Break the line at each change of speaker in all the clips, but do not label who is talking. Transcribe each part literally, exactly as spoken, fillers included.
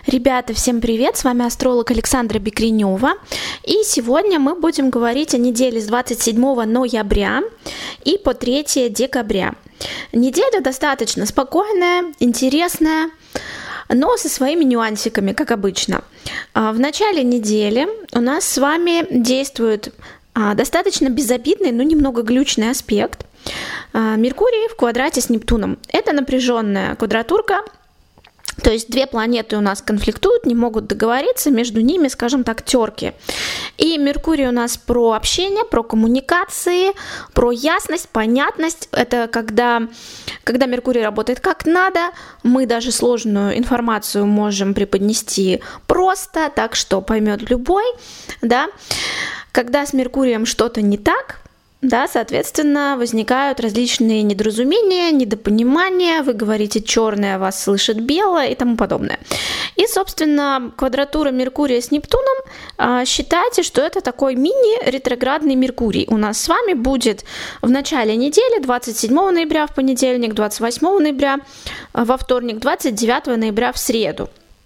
Ребята, всем привет! С вами астролог Александра Бекренева. И сегодня мы будем говорить о неделе с двадцать седьмого ноября и по третьего декабря. Неделя достаточно спокойная, интересная, но со своими нюансиками, как обычно. В начале недели у нас с вами действует достаточно безобидный, но немного глючный аспект. Меркурий в квадрате с Нептуном. Это напряженная квадратурка. То есть две планеты у нас конфликтуют, не могут договориться, между ними, скажем так, терки. И Меркурий у нас про общение, про коммуникации, про ясность, понятность. Это когда, когда Меркурий работает как надо, мы даже сложную информацию можем преподнести просто, так что поймет любой, да. Когда с Меркурием что-то не так, да, соответственно, возникают различные недоразумения, недопонимания, вы говорите черное, вас слышит белое и тому подобное. И, собственно, квадратура Меркурия с Нептуном, считайте, что это такой мини-ретроградный Меркурий. У нас с вами будет в начале недели, двадцать седьмого ноября в понедельник, двадцать восьмого ноября во вторник, двадцать девятого ноября в среду.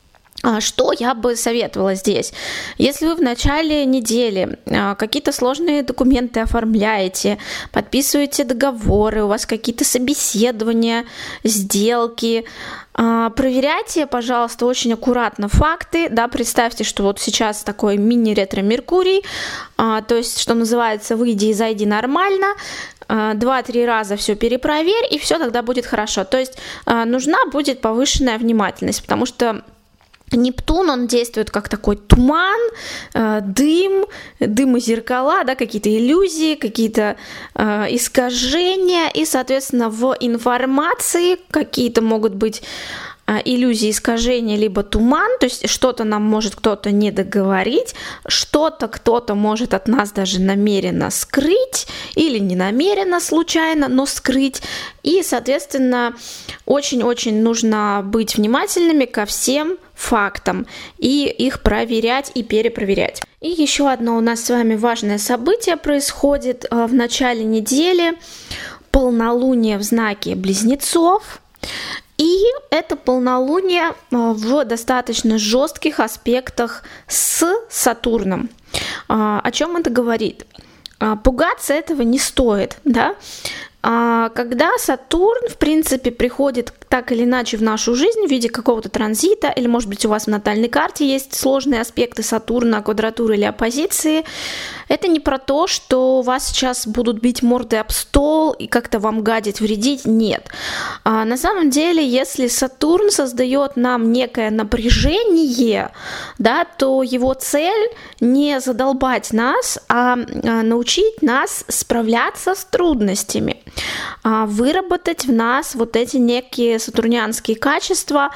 Что я бы советовала здесь? Если вы в начале недели какие-то сложные документы оформляете, подписываете договоры, у вас какие-то собеседования, сделки, проверяйте, пожалуйста, очень аккуратно факты, да, представьте, что вот сейчас такой мини-ретро-меркурий, то есть, что называется, выйди и зайди нормально, два-три раза все перепроверь, и все тогда будет хорошо. То есть нужна будет повышенная внимательность, потому что Нептун, он действует как такой туман, э, дым, дымозеркала, да, какие-то иллюзии, какие-то э, искажения, и, соответственно, в информации какие-то могут быть э, иллюзии, искажения, либо туман, то есть что-то нам может кто-то не договорить, что-то кто-то может от нас даже намеренно скрыть, или не намеренно, случайно, но скрыть, и, соответственно, очень-очень нужно быть внимательными ко всем фактам и их проверять и перепроверять. И еще одно у нас с вами важное событие происходит в начале недели. Полнолуние в знаке Близнецов. И это полнолуние в достаточно жестких аспектах с Сатурном. О чем это говорит? Пугаться этого не стоит, да? Когда Сатурн, в принципе, приходит так или иначе в нашу жизнь в виде какого-то транзита, или, может быть, у вас в натальной карте есть сложные аспекты Сатурна, квадратуры или оппозиции, это не про то, что вас сейчас будут бить мордой об стол и как-то вам гадить, вредить, нет. А на самом деле, если Сатурн создает нам некое напряжение, да, то его цель не задолбать нас, а научить нас справляться с трудностями, выработать в нас вот эти некие сатурнианские качества,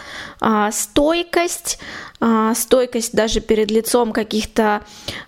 стойкость, стойкость даже перед лицом каких-то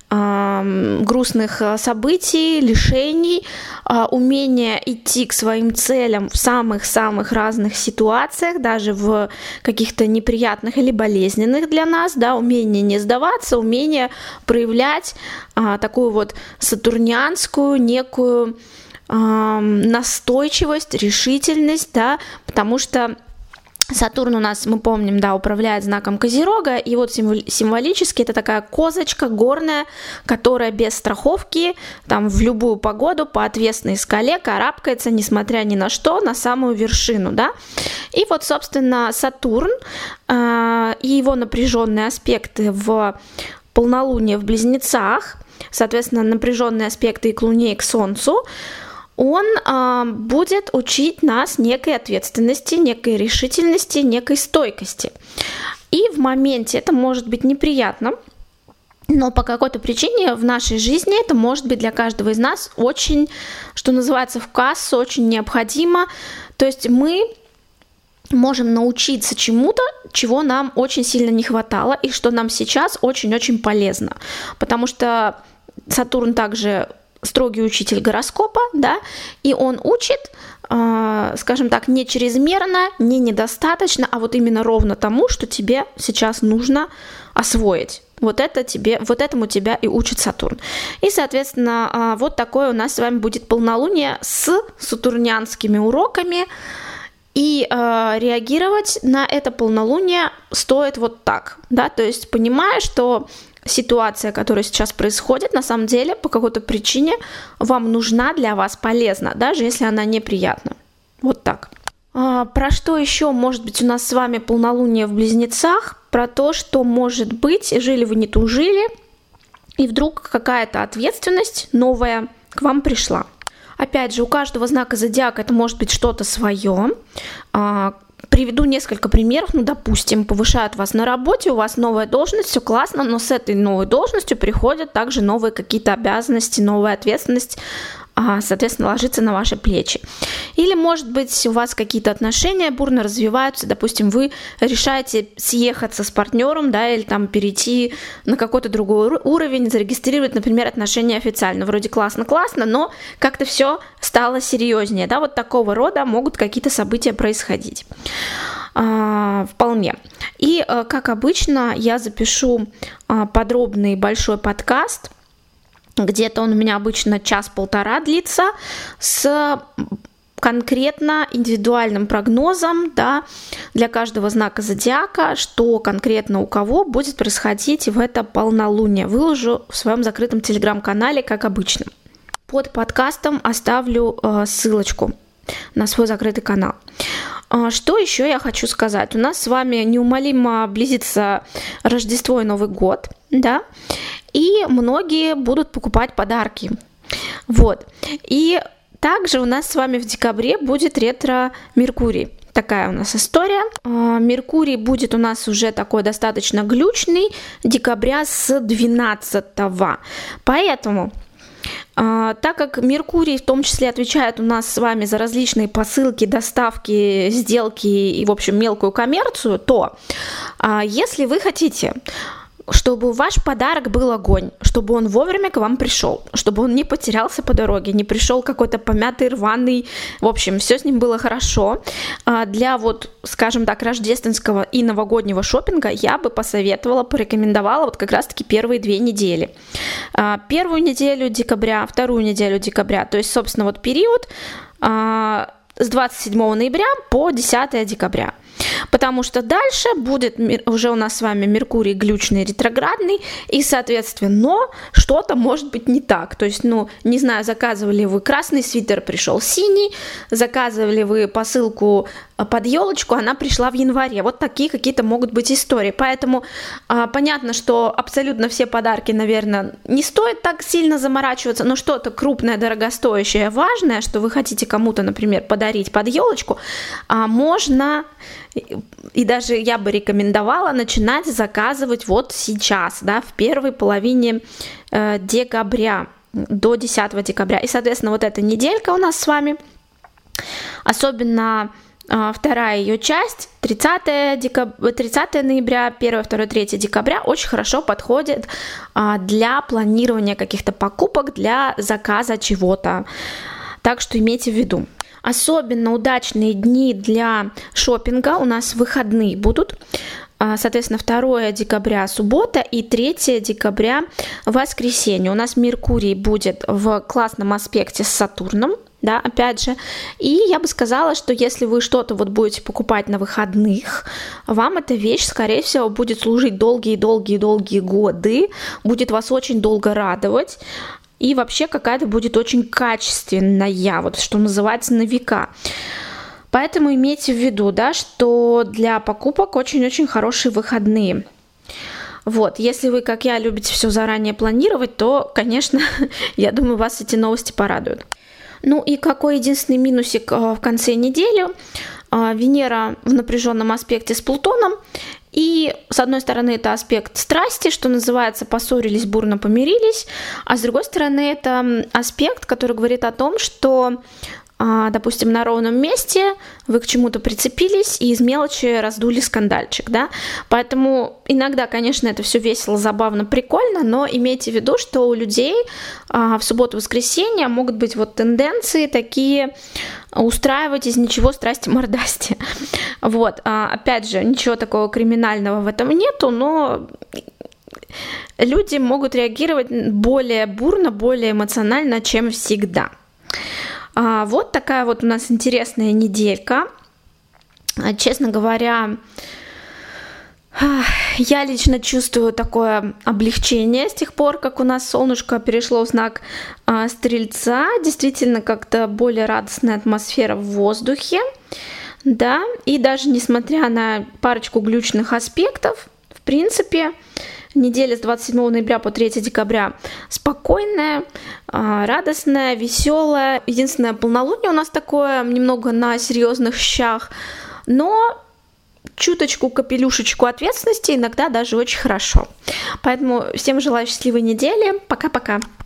грустных событий, лишений, умение идти к своим целям в самых-самых разных ситуациях, даже в каких-то неприятных или болезненных для нас, да, умение не сдаваться, умение проявлять такую вот сатурнианскую некую настойчивость, решительность, да, потому что Сатурн у нас, мы помним, да, управляет знаком Козерога, и вот символически это такая козочка горная, которая без страховки, там, в любую погоду по отвесной скале карабкается, несмотря ни на что, на самую вершину, да. И вот, собственно, Сатурн э, и его напряженные аспекты в полнолуние в Близнецах, соответственно, напряженные аспекты и к Луне, и к Солнцу, он э, будет учить нас некой ответственности, некой решительности, некой стойкости. И в моменте это может быть неприятно, но по какой-то причине в нашей жизни это может быть для каждого из нас очень, что называется, в кассу, очень необходимо. То есть мы можем научиться чему-то, чего нам очень сильно не хватало, и что нам сейчас очень-очень полезно. Потому что Сатурн также строгий учитель гороскопа, да, и он учит, э, скажем так, не чрезмерно, не недостаточно, а вот именно ровно тому, что тебе сейчас нужно освоить. Вот это тебе, вот этому тебя и учит Сатурн. И, соответственно, э, вот такое у нас с вами будет полнолуние с сатурнианскими уроками. И э, реагировать на это полнолуние стоит вот так, да, то есть понимая, что ситуация, которая сейчас происходит, на самом деле по какой-то причине вам нужна, для вас полезна, даже если она неприятна. Вот так. А, про что еще может быть у нас с вами полнолуние в Близнецах? Про то, что, может быть, жили вы не тужили, и вдруг какая-то ответственность новая к вам пришла. Опять же, у каждого знака зодиака это может быть что-то свое. А, приведу несколько примеров. Ну, допустим, повышают вас на работе, у вас новая должность, все классно, но с этой новой должностью приходят также новые какие-то обязанности, новая ответственность, соответственно, ложится на ваши плечи. Или, может быть, у вас какие-то отношения бурно развиваются, допустим, вы решаете съехаться с партнером, да, или там перейти на какой-то другой уровень, зарегистрировать, например, отношения официально. Вроде классно-классно, но как-то все стало серьезнее, да, вот такого рода могут какие-то события происходить. А, вполне. И, как обычно, я запишу подробный большой подкаст. Где-то он у меня обычно час-полтора длится, с конкретно индивидуальным прогнозом, да, для каждого знака зодиака, что конкретно у кого будет происходить в это полнолуние. Выложу в своем закрытом телеграм-канале, как обычно. Под подкастом оставлю э, ссылочку на свой закрытый канал. Что еще я хочу сказать? У нас с вами неумолимо близится Рождество и Новый год, да, и многие будут покупать подарки. Вот. И также у нас с вами в декабре будет ретро-Меркурий. Такая у нас история. Меркурий будет у нас уже такой достаточно глючный, декабря с двенадцатого. Поэтому... Так как Меркурий в том числе отвечает у нас с вами за различные посылки, доставки, сделки и, в общем, мелкую коммерцию, то если вы хотите, чтобы ваш подарок был огонь, чтобы он вовремя к вам пришел, чтобы он не потерялся по дороге, не пришел какой-то помятый, рваный, в общем, все с ним было хорошо, для вот, скажем так, рождественского и новогоднего шопинга я бы посоветовала, порекомендовала вот как раз-таки первые две недели. Первую неделю декабря, вторую неделю декабря, то есть, собственно, вот период с двадцать седьмого ноября по десятого декабря. Потому что дальше будет уже у нас с вами Меркурий глючный, ретроградный, и, соответственно, что-то может быть не так. То есть, ну, не знаю, заказывали вы красный свитер, пришел синий, заказывали вы посылку под елочку, она пришла в январе. Вот такие какие-то могут быть истории. Поэтому а, понятно, что абсолютно все подарки, наверное, не стоит так сильно заморачиваться, но что-то крупное, дорогостоящее, важное, что вы хотите кому-то, например, подарить под елочку, а, можно... И даже я бы рекомендовала начинать заказывать вот сейчас, да, в первой половине э, декабря, до десятого декабря. И, соответственно, вот эта неделька у нас с вами, особенно э, вторая ее часть, тридцатого ноября, первого, второго, третьего декабря, очень хорошо подходит э, для планирования каких-то покупок, для заказа чего-то. Так что имейте в виду. Особенно удачные дни для шопинга у нас выходные будут. Соответственно, второго декабря суббота и третьего декабря воскресенье. У нас Меркурий будет в классном аспекте с Сатурном, да, опять же. И я бы сказала, что если вы что-то вот будете покупать на выходных, вам эта вещь, скорее всего, будет служить долгие-долгие-долгие годы, будет вас очень долго радовать. И вообще какая-то будет очень качественная, вот что называется, на века. Поэтому имейте в виду, да, что для покупок очень-очень хорошие выходные. Вот, если вы, как я, любите все заранее планировать, то, конечно, я думаю, вас эти новости порадуют. Ну и какой единственный минусик в конце недели? Венера в напряженном аспекте с Плутоном. И, с одной стороны, это аспект страсти, что называется, поссорились, бурно помирились, а с другой стороны, это аспект, который говорит о том, что, допустим, на ровном месте вы к чему-то прицепились и из мелочи раздули скандальчик, да, поэтому иногда, конечно, это все весело, забавно, прикольно, но имейте в виду, что у людей в субботу-воскресенье могут быть вот тенденции такие устраивать из ничего страсти-мордасти. Вот, опять же, ничего такого криминального в этом нету, но люди могут реагировать более бурно, более эмоционально, чем всегда. Вот такая вот у нас интересная неделька. Честно говоря, я лично чувствую такое облегчение с тех пор, как у нас солнышко перешло в знак э, Стрельца. Действительно, как-то более радостная атмосфера в воздухе. Да, и даже несмотря на парочку глючных аспектов, в принципе, неделя с двадцать седьмого ноября по третьего декабря спокойная, э, радостная, веселая. Единственное, полнолуние у нас такое, немного на серьезных щах, но чуточку, капелюшечку ответственности иногда даже очень хорошо. Поэтому всем желаю счастливой недели. Пока-пока.